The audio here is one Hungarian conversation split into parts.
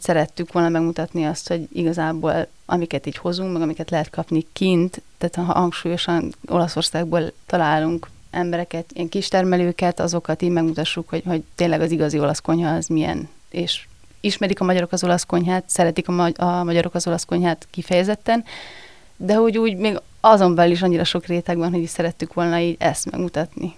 Szerettük volna megmutatni azt, hogy igazából amiket így hozunk, meg amiket lehet kapni kint, tehát ha hangsúlyosan Olaszországból találunk embereket, ilyen kistermelőket, azokat így megmutassuk, hogy tényleg az igazi olasz konyha az milyen, és ismerik a magyarok az olasz konyhát, szeretik a magyarok az olasz konyhát kifejezetten, de hogy úgy még azon belül is annyira sok réteg van, hogy is szerettük volna így ezt megmutatni.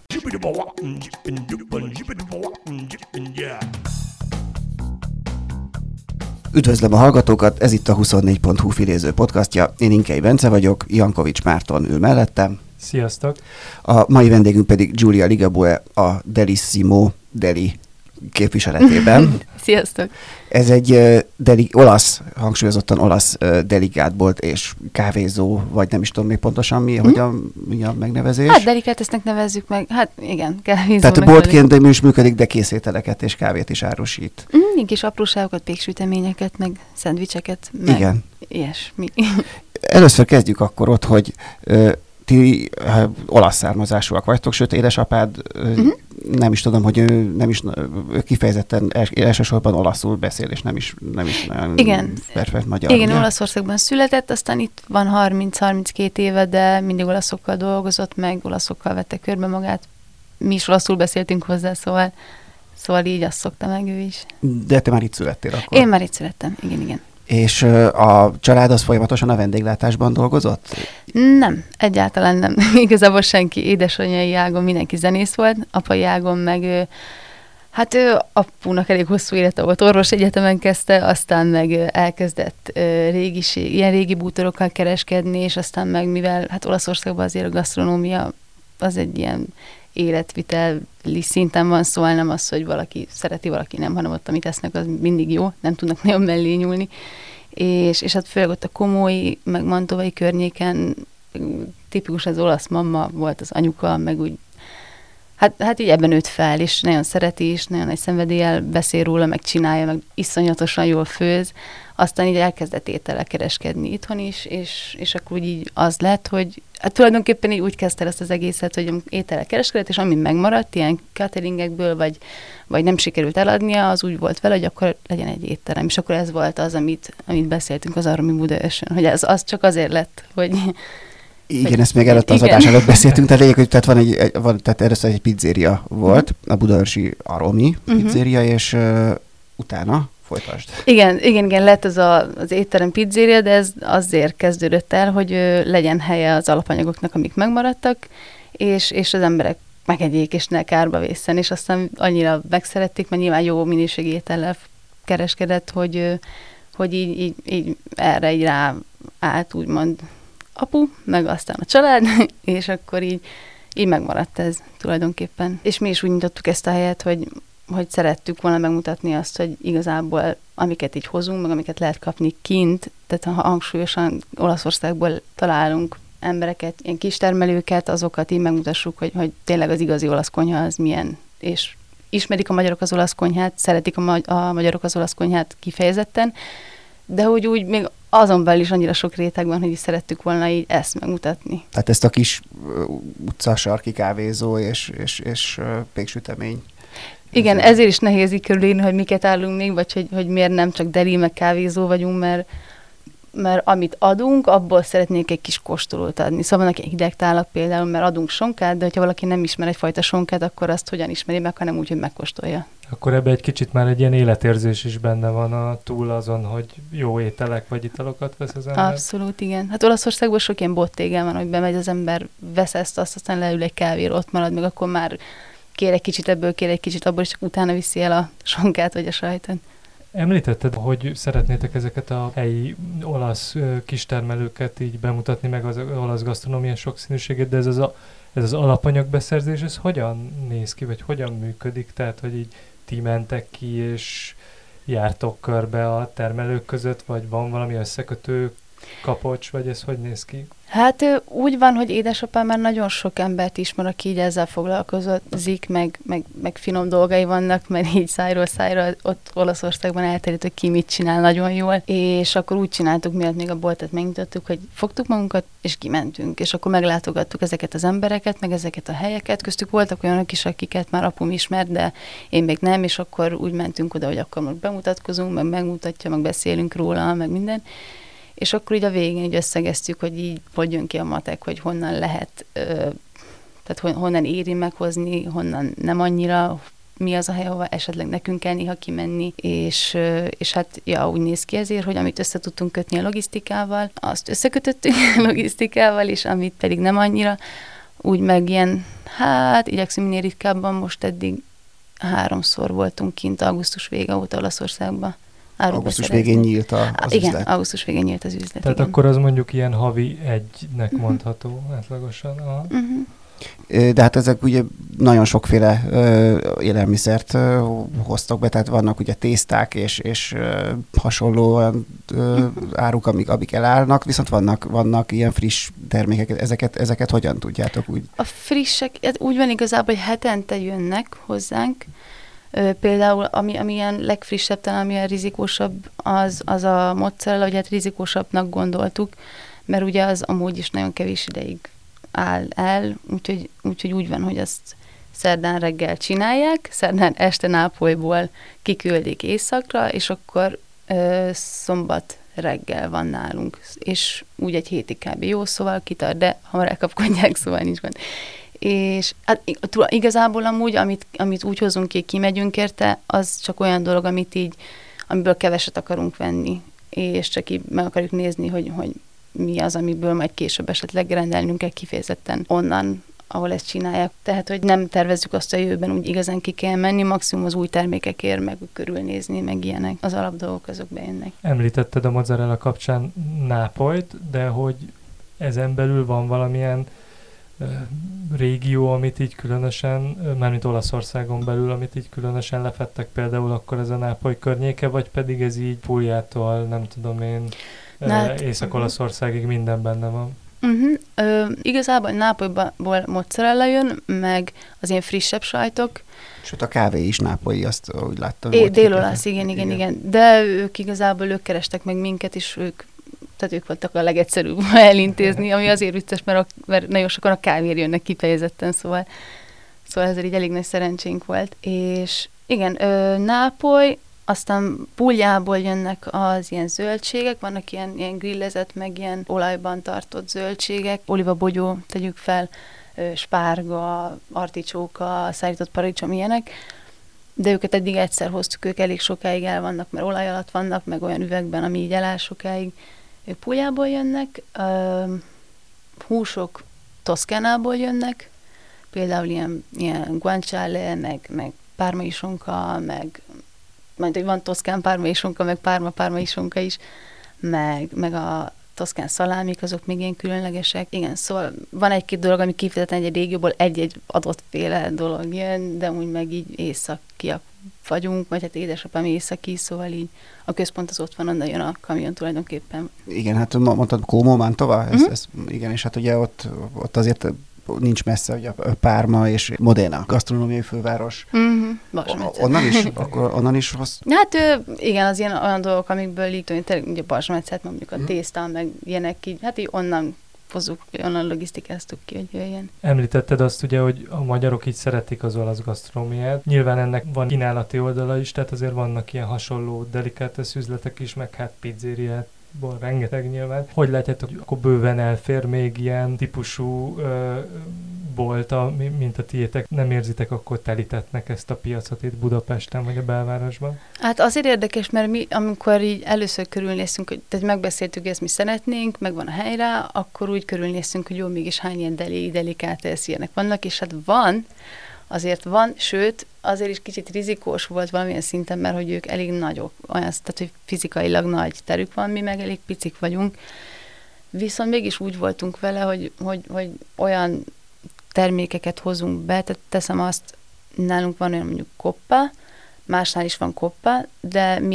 Üdvözlöm a hallgatókat, ez itt a 24.hu filéző podcastja. Én Inkei Bence vagyok, Jankovics Márton ül mellettem. Sziasztok! A mai vendégünk pedig Giulia Ligabue, a Delissimo Deli képviseletében. Sziasztok! Ez egy olasz, hangsúlyozottan olasz delikátbolt és kávézó, vagy nem is tudom még pontosan mi a megnevezés. Hát delikátesnek nevezzük meg, hát igen, kávézó. Tehát boltként is működik, de készételeket és kávét is árusít. Kis apróságokat, péksüteményeket, meg szendvicseket, meg igen. Ilyesmi. Először kezdjük akkor ott, hogy ti olasz származásúak vagytok, sőt édesapád, nem is tudom, hogy ő kifejezetten elsősorban olaszul beszél, és nem is nagyon perfekt magyar. Igen, ugye? Olaszországban született, aztán itt van 30-32 éve, de mindig olaszokkal dolgozott, meg olaszokkal vette körbe magát. Mi is olaszul beszéltünk hozzá, szóval így azt szokta meg ő is. De te már itt születtél akkor? Én már itt születtem, igen. És a család az folyamatosan a vendéglátásban dolgozott? Nem, egyáltalán nem. Igazából senki. Édesanyai ágon mindenki zenész volt, apai ágon meg ő apunak elég hosszú élete volt, orvosegyetemen kezdte, aztán meg elkezdett ilyen régi bútorokkal kereskedni, és aztán meg mivel Olaszországban azért a gasztronómia az egy ilyen életviteli szinten van, szóval nem az, hogy valaki szereti, valaki nem, hanem ott, amit esznek, az mindig jó, nem tudnak nagyon mellé nyúlni. És hát főleg ott a komói, meg mantovai környéken tipikus az olasz mamma volt az anyuka, meg úgy, hát így ebben nőtt fel, és nagyon szereti is, nagyon nagy szenvedéllyel beszél róla, meg csinálja, meg iszonyatosan jól főz. Aztán így elkezdett étellel kereskedni itthon is, és akkor úgy így az lett, hogy tulajdonképpen így úgy kezdte ezt az egészet, hogy étellel kereskedett, és ami megmaradt, ilyen cateringekből, vagy nem sikerült eladnia, az úgy volt vele, hogy akkor legyen egy étterem. És akkor ez volt az, amit beszéltünk az Aromi Budaörsön, hogy ez csak azért lett, hogy... Igen, ezt még előtt az adás előtt beszéltünk, tehát lényeg, hogy tehát először egy pizzéria volt, a budaörsi Aromi pizzéria, és utána folytasd. Igen, lett ez az étterem pizzéria, de ez azért kezdődött el, hogy legyen helye az alapanyagoknak, amik megmaradtak, és az emberek megegyék, és ne kárba vészen, és aztán annyira megszerették, mert nyilván jó minőségi étellel kereskedett, hogy így erre így ráállt, úgymond apu, meg aztán a család, és akkor így megmaradt ez tulajdonképpen. És mi is úgy nyitottuk ezt a helyet, hogy szerettük volna megmutatni azt, hogy igazából amiket így hozunk, meg amiket lehet kapni kint, tehát ha hangsúlyosan Olaszországból találunk embereket, ilyen kistermelőket, azokat így megmutassuk, hogy tényleg az igazi olasz konyha az milyen, és ismerik a magyarok az olasz konyhát, szeretik a magyarok az olasz konyhát kifejezetten, de hogy úgy még azon belül is annyira sok réteg van, hogy is szerettük volna így ezt megmutatni. Tehát ezt a kis utcasarki kávézó és péksütemény. Igen, ezért is nehéz így körülírni, hogy miket állunk még, vagy hogy miért nem csak deli, meg kávézó vagyunk, mert amit adunk, abból szeretnék egy kis kóstolót adni. Szóval vannak hidegtálak például, mert adunk sonkát, de hogyha valaki nem ismer egyfajta sonkát, akkor azt hogyan ismeri meg, hanem úgy, hogy megkóstolja. Akkor ebbe egy kicsit már egy ilyen életérzés is benne van túl azon, hogy jó ételek vagy italokat vesz az ember. Abszolút, igen. Hát Olaszországban sok ilyen bottégel van, hogy bemegy az ember, vesz ezt, aztán leül egy kávéra, ott marad, meg akkor már kér egy kicsit ebből, kér egy kicsit abból, és csak utána viszi el a sonkát vagy a sajtot. Említetted, hogy szeretnétek ezeket a helyi olasz kistermelőket így bemutatni, meg az olasz gasztronómia sokszínűségét, de ez az alapanyagbeszerzés, ez hogyan néz ki, vagy hogyan működik? Tehát, hogy így ti mentek ki, és jártok körbe a termelők között, vagy van valami összekötő kapocs, vagy ez hogy néz ki? Hát úgy van, hogy édesapám már nagyon sok embert ismer, aki így ezzel foglalkozik, meg finom dolgai vannak, mert így szájról szájra ott Olaszországban elterjedt, hogy ki mit csinál nagyon jól. És akkor úgy csináltuk, miatt még a boltot megnyitottuk, hogy fogtuk magunkat, és kimentünk. És akkor meglátogattuk ezeket az embereket, meg ezeket a helyeket. Köztük voltak olyanok is, akiket már apum ismert, de én még nem, és akkor úgy mentünk oda, hogy akkor most bemutatkozunk, meg megmutatja, meg beszélünk róla, meg minden. És akkor így a végén így összegeztük, hogy így hogy jön ki a matek, hogy honnan lehet, tehát honnan éri meghozni, honnan nem annyira, mi az a hely, ahova esetleg nekünk kell néha kimenni, és hát ja, úgy néz ki ezért, hogy amit össze tudtunk kötni a logisztikával, azt összekötöttünk a logisztikával, és amit pedig nem annyira, úgy meg ilyen, hát igyekszünk minél ritkábban, most eddig 3-szor voltunk kint augusztus vége óta Olaszországban. Augusztus végén nyílt az igen, üzlet. augusztus végén nyílt az üzlet. Tehát igen. akkor az mondjuk ilyen havi 1-nek mondható átlagosan. De hát ezek ugye nagyon sokféle élelmiszert hoztak be, tehát vannak ugye tészták és hasonló olyan áruk, amik elállnak, viszont vannak ilyen friss termékek, ezeket hogyan tudjátok úgy? A frissek, úgy van igazából, hogy hetente jönnek hozzánk. Például, ami ilyen legfrissebb, talán ami a rizikósabb, az a mozzarella, hogy hát rizikósabbnak gondoltuk, mert ugye az amúgy is nagyon kevés ideig áll el, úgyhogy úgy van, hogy azt szerdán reggel csinálják, szerdán este Nápolyból kiküldik északra, és akkor szombat reggel van nálunk, és úgy egy hétig kb. Jó, szóval kitart, de hamar elkapkodják, szóval nincs gond. És hát igazából amúgy, amit úgy hozunk ki, kimegyünk érte, az csak olyan dolog, amiből keveset akarunk venni, és csak így meg akarjuk nézni, hogy mi az, amiből majd később esetleg rendelnünk kell kifejezetten onnan, ahol ezt csinálják. Tehát, hogy nem tervezzük azt a jövőben, úgy igazán ki kell menni, maximum az új termékekért, meg körülnézni, meg ilyenek. Az alapdolgok azok bejönnek. Említetted a mozzarella kapcsán Nápolyt, de hogy ezen belül van valamilyen régió, amit így különösen, mármint Olaszországon belül, amit így különösen lefettek, például akkor ez a Nápoly környéke, vagy pedig ez így Puljától, nem tudom én, Észak-Olaszországig minden benne van? Igazából Nápolyból mozzarella jön, meg az ilyen frissebb sajtok. Sőt, a kávé is nápolyi, azt úgy láttam. Dél-olasz, igen. De ők kerestek meg minket, és ők voltak a legegyszerűbb elintézni, ami azért vicces, mert nagyon sokan a kávér jönnek kifejezetten, szóval ezzel így elég nagy szerencsénk volt. És igen, Nápoly, aztán Pugliából jönnek az ilyen zöldségek, vannak ilyen grillezett, meg ilyen olajban tartott zöldségek, olivabogyó, tegyük fel, spárga, articsóka, szárított paradicsom, ilyenek, de őket eddig egyszer hoztuk, ők elég sokáig el vannak, mert olaj alatt vannak, meg olyan üvegben, ami így eláll sokáig. Ők Pugliából jönnek, húsok Toszkánából jönnek, például ilyen guanciale, meg pármaisonka, majd hogy van toszkán pármaisonka, meg pármaisonka is, meg a toszkán szalámik, azok még ilyen különlegesek. Igen, szóval van egy-két dolog, ami kifejezetten egy régióból egy-egy adottféle dolog jön, de úgy meg így északiak vagyunk, vagy hát édesapám északi, szóval így a központ az ott van, onnan jön a kamion tulajdonképpen. Igen, hát mondtad Como, Mantova? Igen, és hát ugye ott azért nincs messze, ugye a Párma és Modena, gasztronómiai főváros. Onnan is hoz? Hát igen, az ilyen olyan dolgok, amikből így tényleg ugye Balzsametszet, mondjuk a tészta, meg ilyenek így, hát így onnan hozzuk, onnan logisztikáztuk ki, hogy jöjjön. Említetted azt ugye, hogy a magyarok így szeretik az olasz gasztronómiát. Nyilván ennek van kínálati oldala is, tehát azért vannak ilyen hasonló delikátesz üzletek is, meg hát pizzériát, rengeteg nyilván. Hogy látjátok, hogy akkor bőven elfér még ilyen típusú bolt, mint a tiétek? Nem érzitek akkor telítettnek ezt a piacot itt Budapesten vagy a belvárosban? Hát azért érdekes, mert mi, amikor így először körülnéztünk, hogy tehát megbeszéltük, hogy ezt mi szeretnénk, megvan a helyre, akkor úgy körülnéztünk, hogy jó, mégis hány ilyen delikátesz ilyenek vannak, és hát azért van, sőt, azért is kicsit rizikós volt valamilyen szinten, mert hogy ők elég nagyok, tehát hogy fizikailag nagy terük van, mi meg elég picik vagyunk. Viszont mégis úgy voltunk vele, hogy olyan termékeket hozunk be, tehát teszem azt, nálunk van olyan mondjuk koppa, másnál is van koppa, de mi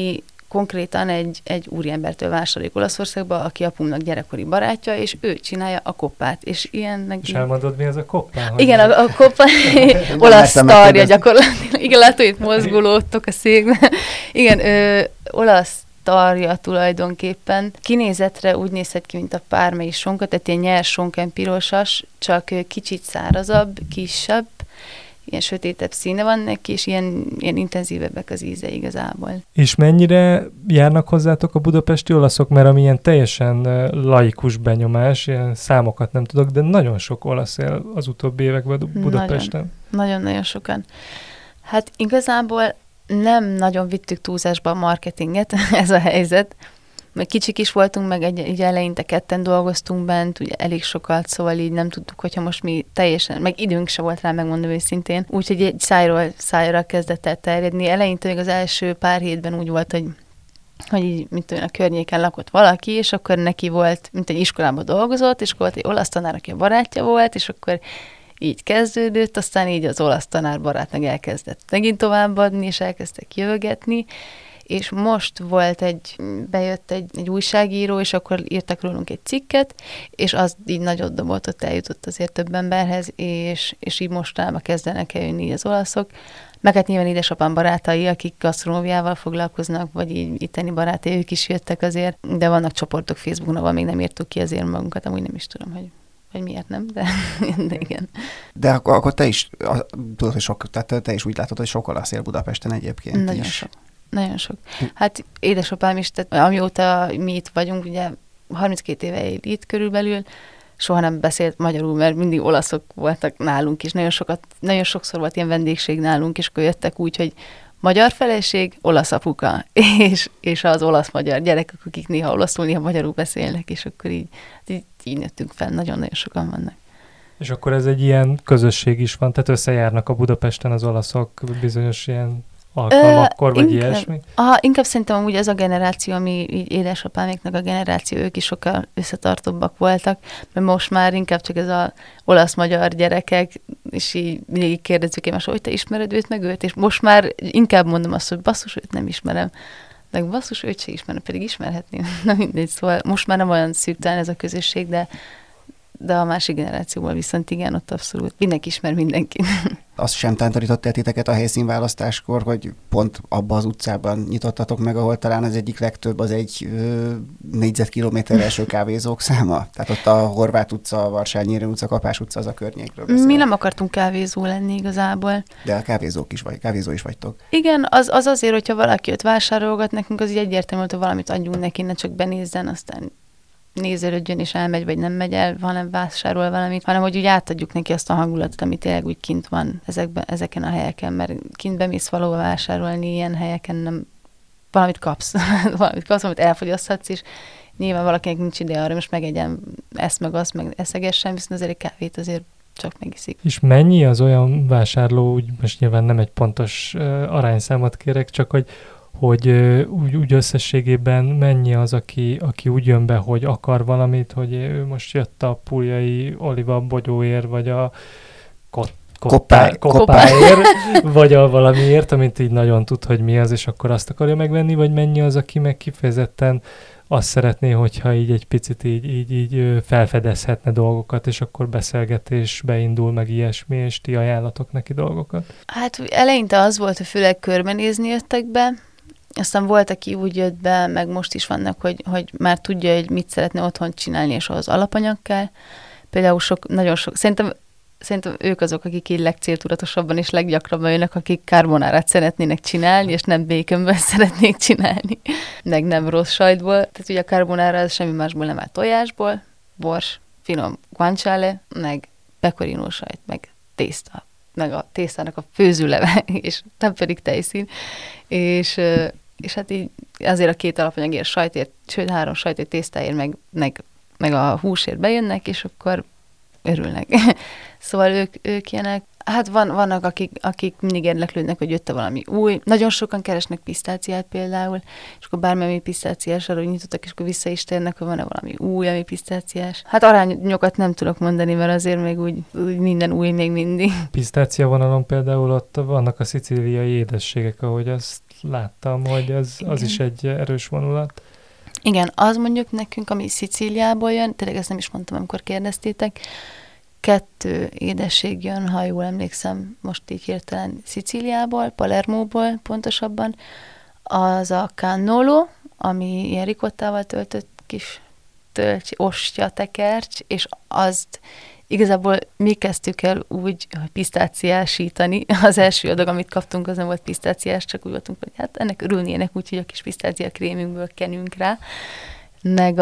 konkrétan egy úriembertől vásároljuk Olaszországba, aki apunknak gyerekkori barátja, és ő csinálja a koppát. És ilyennek... És elmondod, mi az a koppá? Igen, a koppa olasz sztarja gyakorlatilag. Igen, látod, itt mozgulódtok a székben. Igen, olasz sztarja tulajdonképpen. Kinézetre úgy nézhet ki, mint a pármai sonka, tehát ilyen nyers sonken pirosas, csak kicsit szárazabb, kisebb, ilyen sötétebb színe van neki, és ilyen intenzívebbek az íze igazából. És mennyire járnak hozzátok a budapesti olaszok, mert ami ilyen teljesen laikus benyomás, ilyen számokat nem tudok, de nagyon sok olasz él az utóbbi években Budapesten. Nagyon-nagyon sokan. Hát igazából nem nagyon vittük túlzásba a marketinget, ez a helyzet. Meg kicsik is voltunk, meg egy eleinte ketten dolgoztunk bent, ugye elég sokat, szóval így nem tudtuk, hogyha most mi teljesen, meg időnk se volt rá, megmondom őszintén. Úgyhogy egy szájról szájra kezdett el terjedni. Eleinte még az első pár hétben úgy volt, hogy így, mint tudom, a környéken lakott valaki, és akkor neki volt, mint egy iskolában dolgozott, és akkor volt egy olasz tanár, aki a barátja volt, és akkor így kezdődött, aztán így az olasz tanár barátnak elkezdett megint továbbadni, és elkezdtek jövögetni, és most bejött egy újságíró, és akkor írtak rólunk egy cikket, és az így nagyot dobott, ott eljutott azért több emberhez, és így mostanában kezdenek eljönni az olaszok. Meg hát nyilván édesapám barátai, akik gasztronómiával foglalkoznak, vagy így itteni barátai, ők is jöttek azért, de vannak csoportok Facebookon, ahol még nem írtuk ki azért magunkat, amúgy nem is tudom, hogy miért nem, de igen. De akkor te is, tudod, hogy tehát te is úgy látod, hogy sok olasz él Budapesten egyébként nagyon is. Sok. Nagyon sok. Hát édesapám is, tehát amióta mi itt vagyunk, ugye 32 éve él itt körülbelül, soha nem beszélt magyarul, mert mindig olaszok voltak nálunk is. Nagyon sokszor volt ilyen vendégség nálunk, és akkor jöttek úgy, hogy magyar feleség, olasz apuka, és az olasz-magyar gyerekek, akik néha olaszul, néha magyarul beszélnek, és akkor így nőttünk fel. Nagyon-nagyon sokan vannak. És akkor ez egy ilyen közösség is van, tehát összejárnak a Budapesten az olaszok bizonyos ilyen alkalmakkor, vagy ilyesmi? Inkább szerintem amúgy az a generáció, ami így édesapáméknak a generáció, ők is sokkal összetartóbbak voltak, mert most már inkább csak ez az olasz-magyar gyerekek, és így mindig kérdezzük egymást, hogy te ismered őt, meg őt, és most már inkább mondom azt, hogy basszus, őt nem ismerem, meg basszus, őt se ismerem, pedig ismerhetném. Na mindegy, szóval most már nem olyan szűk talán ez a közösség, de a másik generációval viszont igen, ott abszolút mindenki ismer mindenkit. Azt sem tántorított el titeket a helyszínválasztáskor, hogy pont abban az utcában nyitottatok meg, ahol talán az egyik legtöbb az egy négyzetkilométer első kávézók száma? Tehát ott a Horváth utca, a Varsányérő utca, Kapás utca, az a környékről beszél. Mi nem akartunk kávézó lenni igazából. De a kávézó is vagytok. Igen, az azért, hogyha valaki jött vásárolgat nekünk, az így egyértelmű, hogy valamit adjunk neki, ne csak benézzen, aztán nézelődjön és elmegy, vagy nem megy el, hanem vásárol valamit, hanem hogy úgy átadjuk neki azt a hangulatot, ami tényleg úgy kint van ezeken a helyeken, mert kint bemész valahol vásárolni, ilyen helyeken nem valamit kapsz, amit elfogyaszthatsz, és nyilván valakinek nincs ideje arra, most megegyen ezt, meg azt, meg eszegessen, viszont azért egy kávét azért csak megiszik. És mennyi az olyan vásárló, úgy most nyilván nem egy pontos arányszámot kérek, csak hogy úgy összességében mennyi az, aki úgy jön be, hogy akar valamit, hogy ő most jött a Puljai Oliva bogyóért, vagy a koppáért, vagy a valamiért, amit így nagyon tud, hogy mi az, és akkor azt akarja megvenni, vagy mennyi az, aki meg kifejezetten azt szeretné, hogyha így egy picit így felfedezhetne dolgokat, és akkor beszélgetés beindul, meg ilyesmi, és ti ajánlatok neki dolgokat? Hát eleinte az volt, hogy főleg körbenézni jöttek be, aztán volt, aki úgy jött be, meg most is vannak, hogy már tudja, hogy mit szeretne otthon csinálni, és ahhoz alapanyag kell. Például nagyon sok, szerintem ők azok, akik így legcéltudatosabban és leggyakrabban jönnek, akik carbonárát szeretnének csinálni, és nem békönből szeretnék csinálni, meg nem rossz sajtból. Tehát ugye a carbonara az semmi másból nem áll, tojásból, bors, finom guanciale, meg pecorino sajt, meg tészta, meg a tésztának a főzőleve, és nem pedig tejszín. És hát így azért a két alapanyagért, sajtért, sőt 3 sajtért, tésztáért, meg a húsért bejönnek, és akkor örülnek. Szóval ők ilyenek. Hát vannak, akik mindig érdeklődnek, hogy jött-e valami új. Nagyon sokan keresnek pisztáciát például, és akkor bármely pisztáciás, arra nyitottak, és akkor vissza is térnek, hogy van-e valami új, ami pisztáciás. Hát arányokat nem tudok mondani, mert azért még úgy minden új még mindig. Pisztácia vonalon például ott vannak a szicíliai édességek, ahogy azt láttam, hogy az is egy erős vonulat. Igen, az mondjuk nekünk, ami Szicíliából jön, tényleg ezt nem is mondtam, amikor kérdeztétek, 2 édesség jön, ha jól emlékszem, most így hirtelen Szicíliából, Palermóból pontosabban, az a cannolo, ami ilyen ricottával töltött kis ostya tekercs, és azt igazából mi kezdtük el úgy, hogy pisztáciásítani. Az első adag, amit kaptunk, az nem volt pisztáciás, csak úgy voltunk, hogy hát ennek örülnének, úgyhogy a kis pisztácia krémünkből kenünk rá. Meg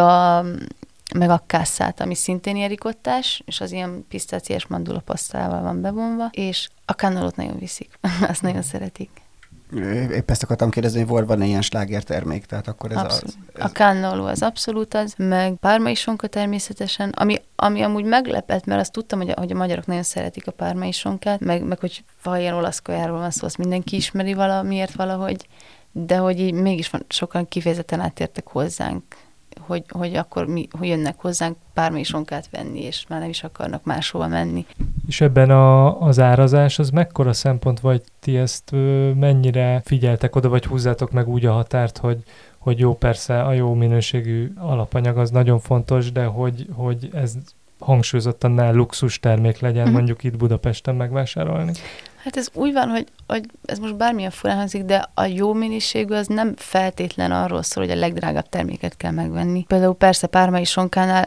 a kasszát, ami szintén ilyen ricottás, és az ilyen pisztáciás mandulapasztával van bevonva, és a cannolot nagyon viszik. Azt nagyon szeretik. Épp ezt akartam kérdezni, hogy van-e ilyen slágertermék, tehát akkor ez abszolút. A cannolo az abszolút az, meg pármai sonka természetesen, ami amúgy meglepett, mert azt tudtam, hogy a magyarok nagyon szeretik a pármai sonkát, meg hogy ilyen olasz kajáról van szó, azt mindenki ismeri valamiért valahogy, de hogy így mégis sokan kifejezetten átértek hozzánk, hogy akkor hogy jönnek hozzánk pármai sonkát venni, és már nem is akarnak máshova menni. És ebben az árazás, az mekkora szempont, vagy ti ezt mennyire figyeltek oda, vagy húzzátok meg úgy a határt, hogy jó, persze a jó minőségű alapanyag az nagyon fontos, de hogy ez hangsúlyozottan ne luxus termék legyen, mondjuk itt Budapesten megvásárolni? Hát ez úgy van, hogy ez most bármilyen furán hangzik, de a jó minőségű az nem feltétlen arról szól, hogy a legdrágább terméket kell megvenni. Például persze pármai sonkánál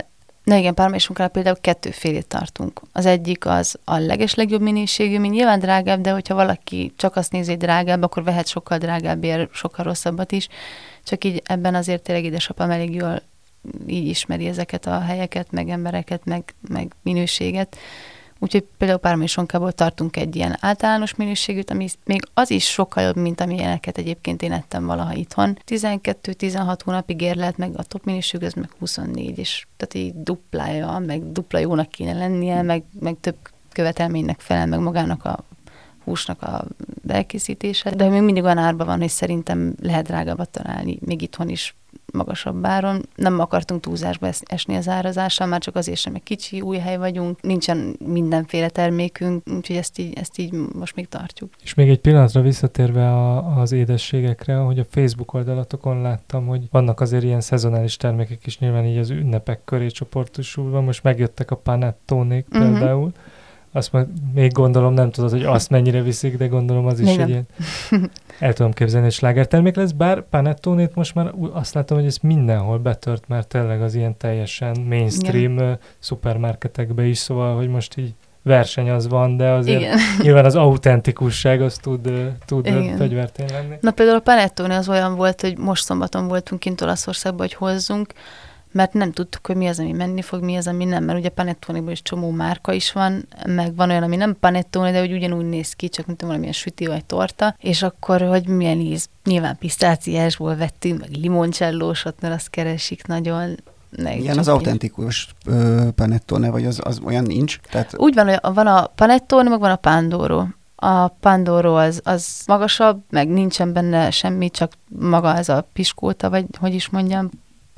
például 2 tartunk. Az egyik az a legeslegjobb minőségű, mint nyilván drágább, de hogyha valaki csak azt nézi, hogy drágább, akkor vehet sokkal drágábbért, sokkal rosszabbat is. Csak így ebben azért tényleg édesapám elég jól így ismeri ezeket a helyeket, meg embereket, meg minőséget. Úgyhogy például pármai sonkából tartunk egy ilyen általános minőségűt, ami még az is sokkal jobb, mint amilyeneket egyébként én ettem valaha itthon. 12-16 hónapig érlelt, meg a top minőségű, ez meg 24, és tehát így duplája, meg dupla jónak kéne lennie, meg több követelménynek felel, meg magának a húsnak a elkészítése. De még mindig olyan árban van, hogy szerintem lehet drágábbat találni, még itthon is magasabb áron. Nem akartunk túlzásba esni az árazással, már csak azért sem, mert kicsi, új hely vagyunk, nincsen mindenféle termékünk, úgyhogy ezt így most még tartjuk. És még egy pillanatra visszatérve az édességekre, hogy a Facebook oldalatokon láttam, hogy vannak azért ilyen szezonális termékek is, nyilván így az ünnepek köré csoportosulva, most megjöttek a panettónék például. Azt még gondolom, nem tudod, hogy azt mennyire viszik, de gondolom az is egy ilyen... El tudom képzelni, hogy slágertermék lesz, bár panettónét most már azt látom, hogy ez mindenhol betört, mert tényleg az ilyen teljesen mainstream szupermarketekbe is, szóval, hogy most így verseny az van, de azért nyilván az autentikusság az tud fegyvertén lenni. Na például a panettone az olyan volt, hogy most szombaton voltunk kint Olaszországban, hogy hozzunk, mert nem tudtuk, hogy mi az, ami menni fog, mi az, ami nem, mert ugye panettónéból is csomó márka is van, meg van olyan, ami nem panettone, de hogy ugyanúgy néz ki, csak mint valamilyen süti vagy torta, és akkor, hogy milyen íz. Nyilván pisztáciásból vettünk, meg limoncellósot, mert azt keresik nagyon. Ilyen az autentikus panettone, vagy az olyan nincs? Tehát... Úgy van, hogy van a panettone, meg van a pandoro. A pandoro az magasabb, meg nincsen benne semmi, csak maga ez a piskóta, vagy hogy is mondjam,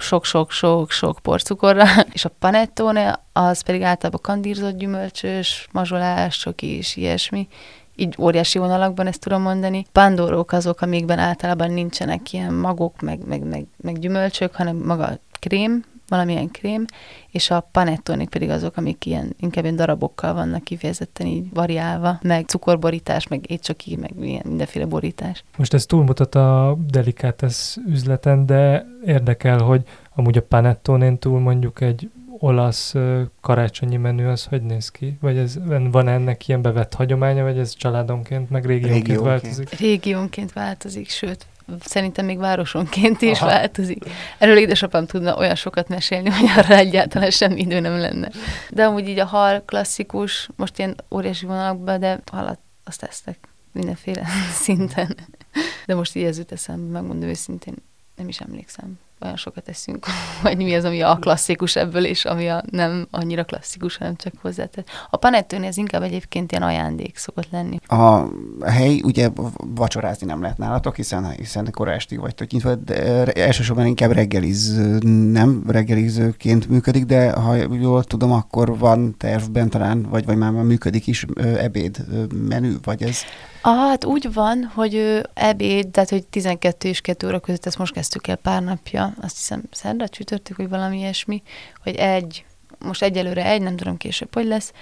sok porcukorra, és a panettone az pedig általában kandírozott gyümölcsös, mazsolás, csoki és ilyesmi. Így óriási vonalakban ezt tudom mondani. Pandorók azok, amikben általában nincsenek ilyen magok, meg gyümölcsök, hanem maga krém, valamilyen krém, és a panettónik pedig azok, amik inkább ilyen darabokkal vannak kifejezetten így variálva, meg cukorborítás, meg étcsoki, meg ilyen mindenféle borítás. Most ez túlmutat a Delicatessen üzleten, de érdekel, hogy amúgy a panettónén túl mondjuk egy olasz karácsonyi menü az hogy néz ki? Vagy van ennek ilyen bevett hagyománya, vagy ez családonként, meg régiónként változik? Régiónként változik, sőt, szerintem még városonként is változik. Erről édesapám tudna olyan sokat mesélni, hogy arra egyáltalán semmi idő nem lenne. De amúgy így a hal klasszikus, most ilyen óriási vonalakban, de halat azt tesztek mindenféle szinten. De most így ez jut eszembe, megmondom őszintén, nem is emlékszem. olyan sokat eszünk, vagy mi az, ami a klasszikus ebből, és ami a nem annyira klasszikus, hanem csak hozzátett. A panettone ez inkább egyébként ilyen ajándék szokott lenni. A hely, ugye vacsorázni nem lehet nálatok, hiszen kora estig vagytok nyitva, de elsősorban inkább reggelizőként működik, de ha jól tudom, akkor van tervben talán, vagy már működik is ebéd menü, vagy ez? Hát úgy van, hogy ebéd, tehát hogy 12 és 2 óra között, ezt most kezdtük el pár napja, azt hiszem szerda, csütörtök, vagy valami ilyesmi, hogy most egyelőre nem tudom később, hogy lesz,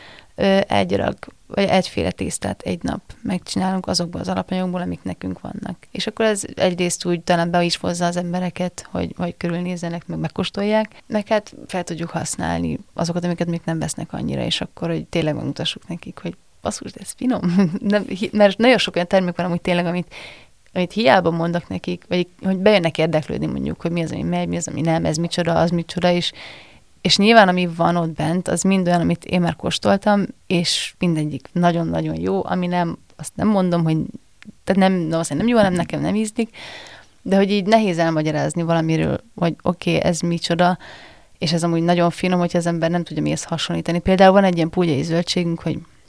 vagy egyféle tésztát egy nap megcsinálunk azokból az alapanyagokból, amik nekünk vannak. És akkor ez egyrészt úgy talán be is hozza az embereket, hogy körülnézzenek, meg megkóstolják, meg hát fel tudjuk használni azokat, amiket még nem vesznek annyira, és akkor, hogy tényleg megmutassuk nekik, hogy basszus, de ez finom. Mert nagyon sok olyan termék van amúgy tényleg, amit hiába mondok nekik, vagy hogy bejönnek érdeklődni mondjuk, hogy mi az, ami megy, mi az, ami nem, ez micsoda, az micsoda is. És nyilván, ami van ott bent, az mind olyan, amit én már kóstoltam, és mindegyik nagyon-nagyon jó, ami nem, azt nem mondom, hogy tehát nem jó, nem nekem nem ízlik, de hogy így nehéz elmagyarázni valamiről, hogy oké, ez micsoda, és ez amúgy nagyon finom, hogy az ember nem tudja mihez hasonlítani. Például van egy ilyen púgyai zöldségünk,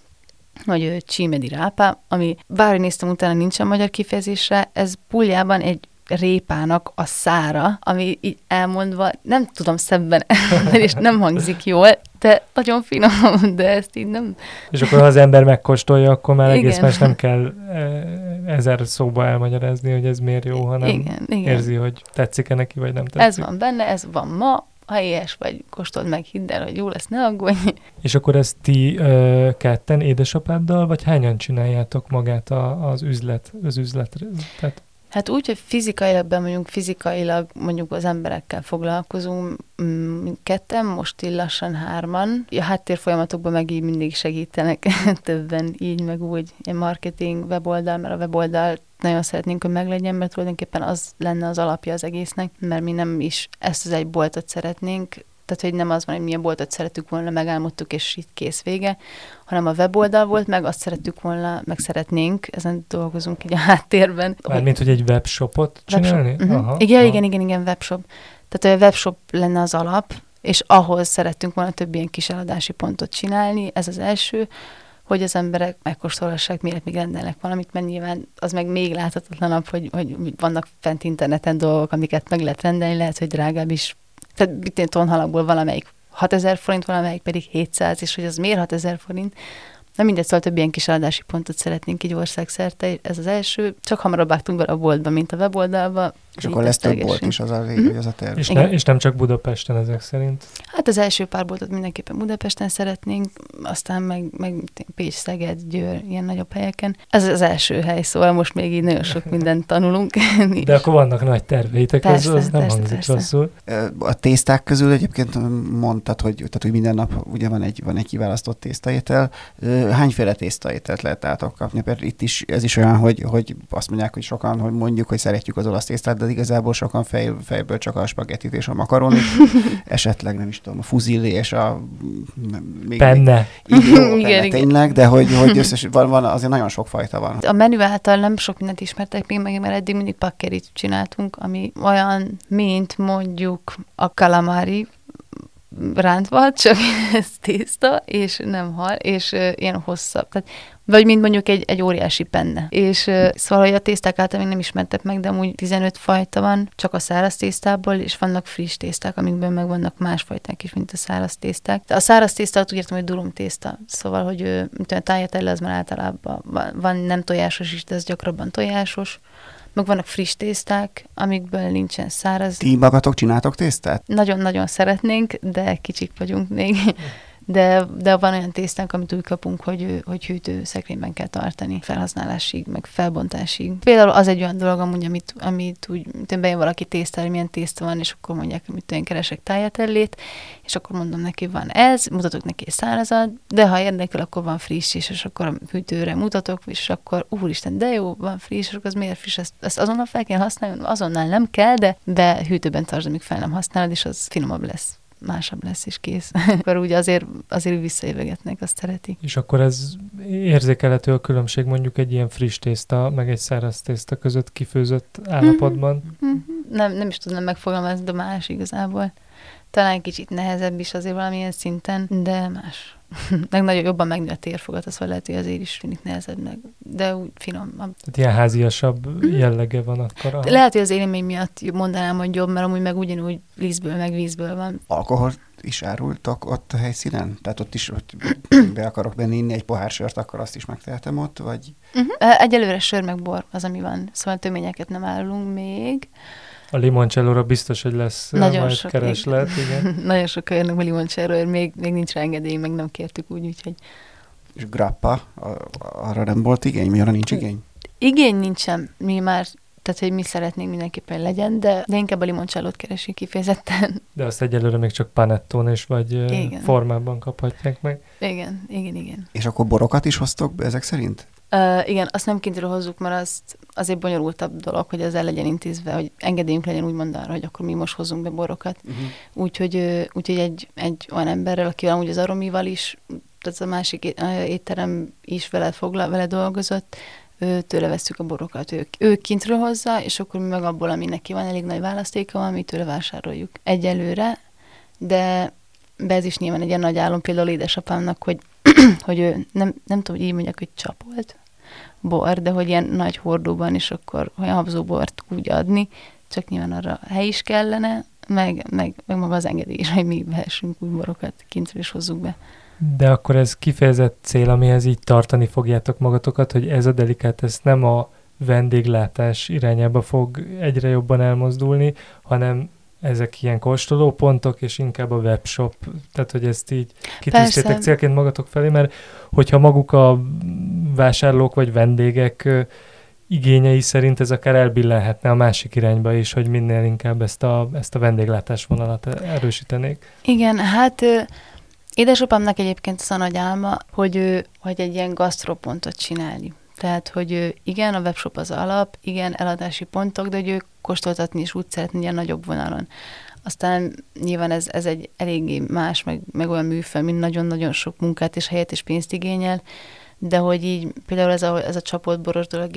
hogy csímedi rápá, ami bárhogy néztem utána nincsen magyar kifejezésre, ez Puljában egy répának a szára, ami így elmondva, nem tudom szebben elmondani, és nem hangzik jól, de nagyon finom, de ezt így nem... És akkor ha az ember megkóstolja, akkor már egész más nem kell 1000 szóba elmagyarázni, hogy ez miért jó, hanem igen. Érzi, hogy tetszik-e neki, vagy nem tetszik. Ez van benne, ez van ma, ha éhes vagy, kóstold meg, hidd el, hogy jó lesz, ne aggódj. És akkor ezt ti ketten édesapáddal, vagy hányan csináljátok magát az üzletet? Hát úgy, hogy fizikailag mondjuk az emberekkel foglalkozunk, ketten, most így lassan 3-an. A háttérfolyamatokban meg így mindig segítenek többen, így meg úgy. Egy marketing, weboldal, mert a weboldal nagyon szeretnénk, hogy meglegyen, mert tulajdonképpen az lenne az alapja az egésznek, mert mi nem is ezt az egy boltot szeretnénk, tehát hogy nem az van, hogy milyen boltot szerettük volna, megálmodtuk, és itt kész vége, hanem a weboldal volt meg, azt szerettük volna, meg szeretnénk, ezen dolgozunk így a háttérben. Mármint, hogy egy webshopot csinálni? Webshop. Aha, igen, webshop. Tehát a webshop lenne az alap, és ahhoz szerettünk volna több ilyen kis eladási pontot csinálni, ez az első, hogy az emberek megkóstolhassák, miért még rendelnek valamit, mert nyilván az meg még láthatatlanabb, hogy vannak fent interneten dolgok, amiket meg lehet rendelni, lehet, hogy drágább is. Tehát tonhalakból valamelyik 6000 forint, valamelyik pedig 700, és hogy az miért 6000 forint. Na mindegy, szóval több ilyen kis eladási pontot szeretnénk így országszerte. Ez az első. Csak hamarabb vágtunk be a boltba, mint a weboldalba. És akkor lesz több bolt is, az a terv. És nem csak Budapesten ezek szerint? Hát az első pár boltot mindenképpen Budapesten szeretnénk, aztán meg Pécs, Szeged, Győr, ilyen nagyobb helyeken. Ez az első hely, szóval most még így nagyon sok mindent tanulunk. De akkor vannak nagy terveitek, persze, az nem hangzik rosszul. A tészták közül egyébként mondtad, hogy minden nap ugye van egy kiválasztott tésztaétel. Hányféle tésztaételt lehet átok kapni? Mert itt is ez is olyan, hogy azt mondják, hogy sokan, hogy mondjuk, hogy szeretjük az olasz tésztát, de igazából sokan fejből csak a spagettit és a makaronit, esetleg nem is tudom, a fuzilli és a... Penne. Igen. Tényleg, de hogy összes, van, azért nagyon sok fajta van. A menü által nem sok mindent ismertek még meg, mert eddig mindig pakkerit csináltunk, ami olyan, mint mondjuk a calamari rántva, csak ez tészta, és nem hal, és ilyen hosszabb. Tehát, vagy mint mondjuk egy óriási penne. És szóval, hogy a tészták által még nem ismertek meg, de amúgy 15 fajta van, csak a száraz tésztából, és vannak friss tészták, amikből meg vannak más fajták is, mint a száraz tészták. De a száraz tészta, úgy értem, hogy durum tészta. Szóval, hogy a tagliatelle az már általában van nem tojásos is, de ez gyakrabban tojásos. Meg vannak friss tészták, amikből nincsen száraz. Ti magatok csináltok tésztát? Nagyon-nagyon szeretnénk, de kicsik vagyunk még. De van olyan tésztánk, amit úgy kapunk, hogy hűtőszekrényben kell tartani felhasználásig, meg felbontásig. Például az egy olyan dolog amúgy, amit úgy bejön valaki tésztára, hogy milyen tészta van, és akkor mondják, hogy én keresek tagliatellét, és akkor mondom neki, van ez, mutatok neki egy szárazat, de ha érdekel, akkor van friss is, és akkor a hűtőre mutatok, és akkor úristen, de jó, van friss, és akkor az miért friss, ezt azonnal fel kell használni, azonnal nem kell, de hűtőben tartsd, amíg fel nem használod, és az finomabb lesz. Másabb lesz, és kész. Akkor úgy azért visszajövegetnek, azt szereti. És akkor ez érzékelhető a különbség mondjuk egy ilyen friss tészta, meg egy száraz tészta között kifőzött állapotban? nem is tudnám megfogalmazni, de más igazából. Talán kicsit nehezebb is azért valamilyen szinten, de más. Meg nagyon jobban megnő a térfogat, az lehet, hogy azért is tűnik nehezebbnek, de úgy finom. Tehát ilyen háziasabb jellege van akkor. Lehet, hogy az élmény miatt mondanám, hogy jobb, mert amúgy meg ugyanúgy lisztből, meg vízből van. Alkoholt is árultak ott a helyszínen? Tehát ott is, hogy be akarok benni inni egy pohár sört, akkor azt is megtehetem ott, vagy? Egyelőre sör meg bor az, ami van. Szóval töményeket nem árulunk még. A limoncello-ra biztos, hogy lesz nagyon majd sok, kereslet. Igen. Nagyon sokan jönnek a limoncello, még nincs rá engedély, meg nem kértük úgy, úgyhogy... És grappa, arra nem volt igény? Mi arra nincs igény? Igény nincsen, mi már, tehát hogy mi szeretnénk mindenképpen, hogy legyen, de inkább a limoncellót keresünk kifejezetten. De azt egyelőre még csak panettón is, vagy igen. formában kaphatják meg. Igen. És akkor borokat is hoztok be ezek szerint? Igen, azt nem kintről hozzuk, mert az azért bonyolultabb dolog, hogy az el legyen intézve, hogy engedélyünk legyen úgymond arra, hogy akkor mi most hozzunk be borokat. Úgyhogy egy olyan emberrel, akivel amúgy az Aromival is, tehát a másik étterem is vele dolgozott, tőle vesszük a borokat. Ő kintről hozza, és akkor mi meg abból, ami neki van, elég nagy választéka van, mi tőle vásároljuk egyelőre, de ez is nyilván egy ilyen nagy álom például édesapámnak, hogy ő nem tudom, hogy így mondják, hogy csapolt bor, de hogy ilyen nagy hordóban is akkor olyan habzóbort úgy adni, csak nyilván arra hely is kellene, meg maga az engedély is, hogy mi vehessünk új borokat, kintről is hozzuk be. De akkor ez kifejezett cél, amihez így tartani fogjátok magatokat, hogy ez a delikátesz nem a vendéglátás irányába fog egyre jobban elmozdulni, hanem ezek ilyen kóstolópontok, és inkább a webshop, tehát hogy ezt így kitűztétek célként magatok felé, mert hogyha maguk a vásárlók vagy vendégek igényei szerint ez akár elbillenhetne a másik irányba is, hogy minél inkább ezt a vendéglátás vonalat erősítenék. Igen, hát édesapámnak egyébként az a nagy álma, hogy egy ilyen gasztropontot csinálni. Tehát, hogy igen, a webshop az alap, igen, eladási pontok, de hogy ő kóstoltatni is úgy szeretne ilyen nagyobb vonalon. Aztán nyilván ez egy eléggé más, meg olyan műfaj, mint nagyon-nagyon sok munkát és helyet és pénzt igényel, de hogy így például ez a csapolt boros dolog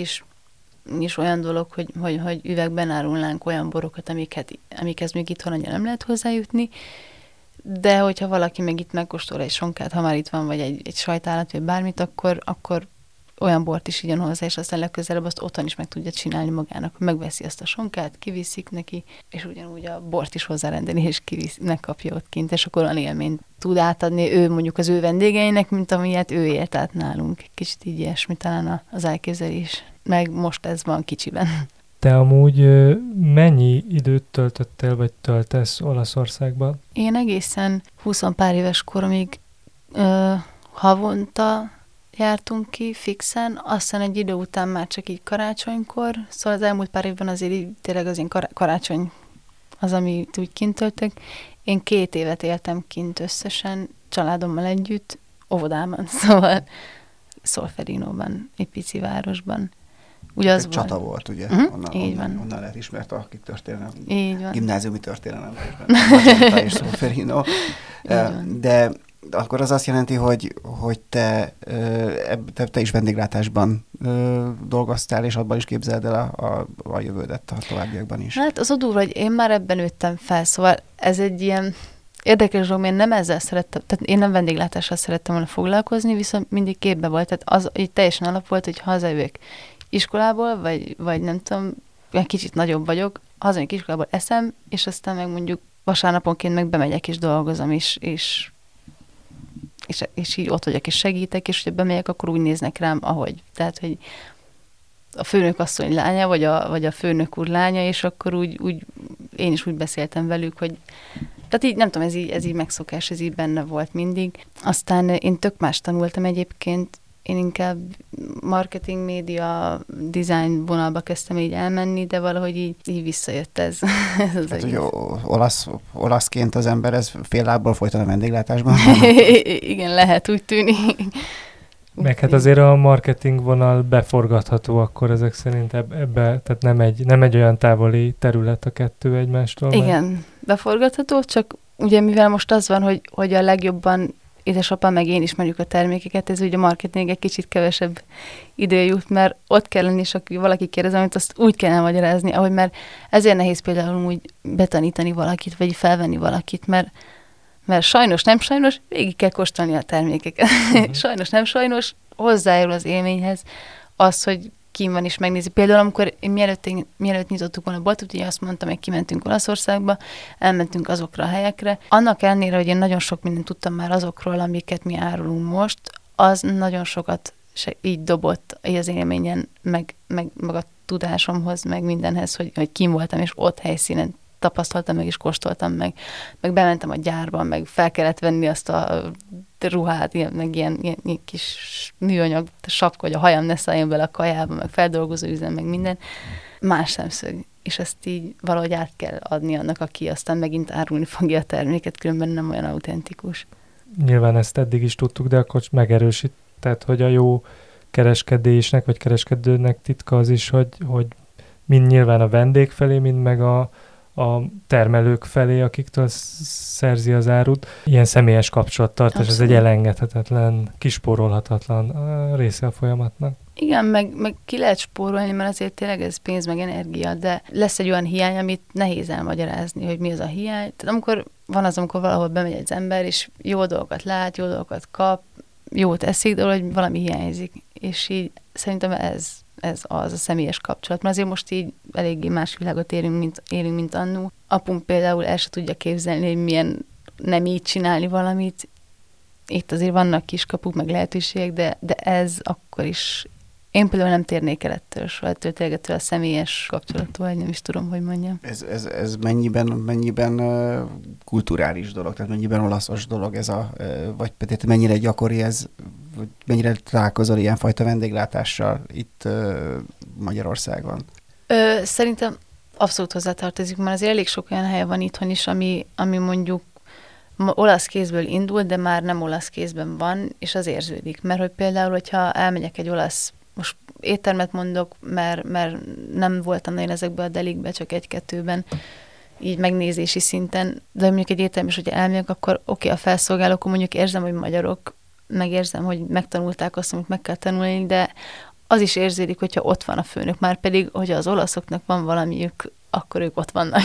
is olyan dolog, hogy üvegben árulnánk olyan borokat, amikhez még itthon annyira nem lehet hozzájutni, de hogyha valaki meg itt megkóstol egy sonkát, ha már itt van, vagy egy sajtállat, vagy bármit, akkor olyan bort is igyon hozzá, és aztán legközelebb azt otthon is meg tudja csinálni magának. Megveszi azt a sonkát, kiviszik neki, és ugyanúgy a bort is hozzárendelni, és megkapja ott kint, és akkor olyan élményt tud átadni ő mondjuk az ő vendégeinek, mint amilyet ő élt át nálunk. Kicsit így ilyesmi talán az elképzelés. Meg most ez van kicsiben. Te amúgy mennyi időt töltöttél, vagy töltesz Olaszországban? Én egészen 20 pár éves koromig havonta jártunk ki fixen, aztán egy idő után már csak így karácsonykor, szóval az elmúlt pár évben azért így, tényleg az én karácsony az, amit úgy kint töltök. Én 2 évet éltem kint összesen, családommal együtt, óvodában, szóval Solferino-ban, egy pici városban. Ugye az csata volt, ugye? Onnan lehet ismert a történelem. Így van. Gimnáziumi történelem. És Solferino. De akkor az azt jelenti, hogy te is vendéglátásban dolgoztál, és abban is képzeld el a jövődet a továbbiakban is. Hát az a durva, hogy én már ebben nőttem fel, szóval ez egy ilyen érdekes dolog, én nem ezzel szerettem, tehát én nem vendéglátással szerettem volna foglalkozni, viszont mindig képbe volt, tehát az így teljesen alap volt, hogy hazajövök iskolából, vagy nem tudom, kicsit nagyobb vagyok, hazajövök iskolából eszem, és aztán meg mondjuk vasárnaponként meg bemegyek és dolgozom, és így ott vagyok, és segítek, és hogyha bemegyek, akkor úgy néznek rám, ahogy. Tehát, hogy a főnök asszony lánya, vagy a főnök úr lánya, és akkor úgy én is úgy beszéltem velük, hogy tehát így, nem tudom, ez így megszokás, ez így benne volt mindig. Aztán én tök más tanultam egyébként, én inkább marketing, média, design vonalba kezdtem így elmenni, de valahogy így visszajött ez. Hát, hogy olaszként az ember ez fél lábból folyton a vendéglátásban? Igen, lehet, úgy tűnik. Meg hát azért a marketing vonal beforgatható akkor ezek szerint ebbe, tehát nem egy olyan távoli terület a kettő egymástól. Igen, beforgatható, csak ugye mivel most az van, hogy a legjobban édesapám meg én ismerjük a termékeket, ez ugye a marketing egy kicsit kevesebb idő jut, mert ott kell lenni, és aki valaki kérdez, amit azt úgy kell elmagyarázni, ahogy már ezért nehéz például úgy betanítani valakit, vagy felvenni valakit, mert sajnos, nem sajnos, végig kell kóstolni a termékeket. Sajnos, nem sajnos, hozzájárul az élményhez az, hogy kim van és megnézi. Például, amikor mielőtt nyitottuk volna a boltot, ugye azt mondtam, hogy kimentünk Olaszországba, elmentünk azokra a helyekre. Annak ellenére, hogy én nagyon sok mindent tudtam már azokról, amiket mi árulunk most, az nagyon sokat így dobott az élményen, meg a tudásomhoz, meg mindenhez, hogy kim voltam, és ott helyszínen tapasztaltam meg, és kóstoltam meg bementem a gyárba, meg fel kellett venni azt a ruhát, meg ilyen kis műanyag sapka, hogy a hajam ne szálljon bele a kajába, meg feldolgozó üzem, meg minden. Más szemszög. És ezt így valahogy át kell adni annak, aki aztán megint árulni fogja a terméket, különben nem olyan autentikus. Nyilván ezt eddig is tudtuk, de akkor megerősített, hogy a jó kereskedésnek, vagy kereskedőnek titka az is, hogy mind nyilván a vendég felé, mind meg a termelők felé, akiktől szerzi az árut. Ilyen személyes kapcsolattartás, ez egy elengedhetetlen, kispórolhatatlan része a folyamatnak. Igen, meg ki lehet spórolni, mert azért tényleg ez pénz meg energia, de lesz egy olyan hiány, amit nehéz elmagyarázni, hogy mi az a hiány. Tehát amikor valahol bemegy egy ember, és jó dolgokat lát, jó dolgokat kap, jót eszik, de hogy valami hiányzik. És így szerintem ez az a személyes kapcsolat. Mert azért most így eléggé más világot élünk, mint annó. Apunk például el se tudja képzelni, hogy milyen nem így csinálni valamit. Itt azért vannak kiskapuk, meg lehetőségek, de ez akkor is... Én például nem térnék el ettől a személyes kapcsolattól, nem is tudom, hogy mondjam. Ez mennyiben kulturális dolog, tehát mennyiben olaszos dolog ez vagy pedig mennyire gyakori ez, vagy mennyire találkozol ilyenfajta vendéglátással itt Magyarországon? Szerintem abszolút hozzátartozik, mert azért elég sok olyan hely van itthon is, ami mondjuk olasz kézből indul, de már nem olasz kézben van, és az érződik. Mert hogy például, hogyha elmegyek egy olasz, most éttermet mondok, mert nem voltam nagyon ezekben a delikbe, csak egy-kettőben, így megnézési szinten, de mondjuk egy étterem is, hogyha elmegyek, akkor oké, a felszolgálók, mondjuk érzem, hogy magyarok, megérzem, hogy megtanulták azt, amit meg kell tanulni, de az is érződik, hogyha ott van a főnök, már pedig, hogyha az olaszoknak van valamiük, akkor ők ott vannak.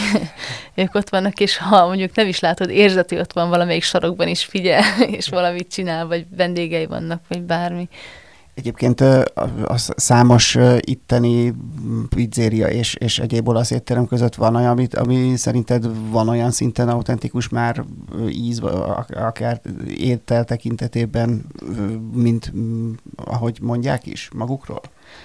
Ők ott vannak, és ha mondjuk nem is látod, érzed, hogy ott van valamelyik sarokban is figyel, és valamit csinál, vagy vendégei vannak, vagy bármi. Egyébként a számos itteni pizzéria és egyéb olasz étterem között van olyan, ami szerinted van olyan szinten autentikus már íz, akár étel tekintetében, mint ahogy mondják is magukról?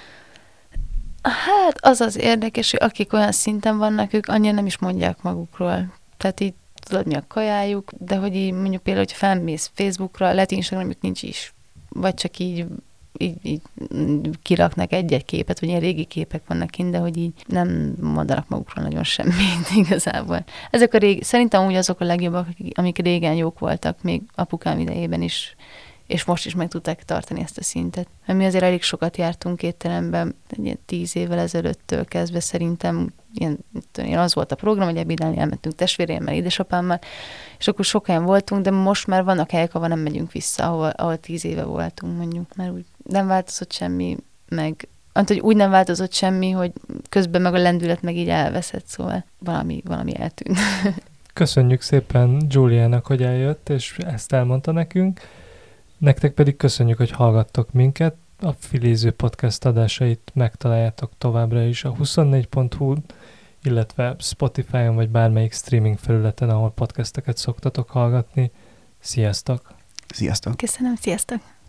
Hát az érdekes, hogy akik olyan szinten vannak, ők annyira nem is mondják magukról. Tehát így tudod, mi a kajájuk, de hogy így mondjuk például, hogy felmész Facebookra, lehet Instagramjuk nincs is. Vagy csak így kiraknak egy-egy képet, vagy ilyen régi képek vannak kint, de hogy így nem mondanak magukról nagyon semmit igazából. Ezek szerintem úgy azok a legjobbak, amik régen jók voltak, még apukám idejében is, és most is meg tudták tartani ezt a szintet. Mert mi azért elég sokat jártunk étteremben, 10 évvel ezelőttől kezdve szerintem ilyen az volt a program, hogy ebédelni elmentünk testvéremmel, édesapámmal, és akkor sok helyen voltunk, de most már vannak helyek, ahol nem megyünk vissza, ahol 10 éve voltunk mondjuk, mert úgy nem változott semmi, meg hogy úgy nem változott semmi, hogy közben meg a lendület meg így elveszett, szóval valami eltűnt. Köszönjük szépen Giuliának, hogy eljött, és ezt elmondta nekünk. Nektek pedig köszönjük, hogy hallgattok minket. A Filéző Podcast adásait megtaláljátok továbbra is a 24.hu, illetve Spotify-on vagy bármelyik streaming felületen, ahol podcasteket szoktatok hallgatni. Sziasztok! Sziasztok! Köszönöm, sziasztok!